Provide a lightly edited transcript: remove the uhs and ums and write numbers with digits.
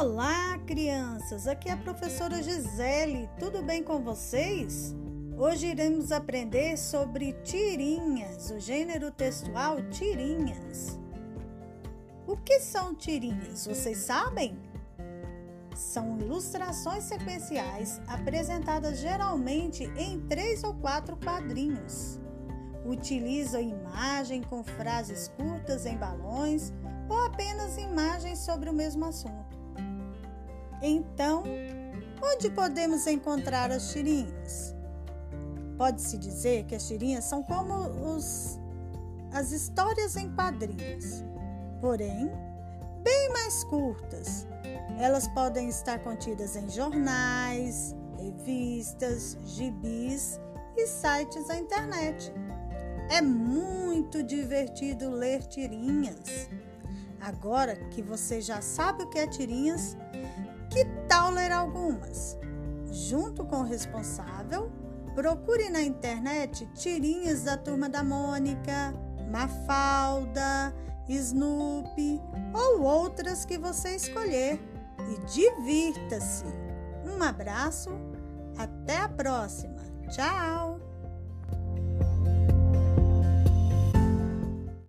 Olá, crianças! Aqui é a professora Gisele. Tudo bem com vocês? Hoje iremos aprender sobre tirinhas, o gênero textual tirinhas. O que são tirinhas? Vocês sabem? São ilustrações sequenciais apresentadas geralmente em 3 ou 4 quadrinhos. Utilizam imagem com frases curtas em balões ou apenas imagens sobre o mesmo assunto. Então, onde podemos encontrar as tirinhas? Pode-se dizer que as tirinhas são como as histórias em quadrinhos, porém, bem mais curtas. Elas podem estar contidas em jornais, revistas, gibis e sites da internet. É muito divertido ler tirinhas. Agora que você já sabe o que é tirinhas, que tal ler algumas? Junto com o responsável, procure na internet tirinhas da Turma da Mônica, Mafalda, Snoopy ou outras que você escolher e divirta-se. Um abraço, até a próxima. Tchau!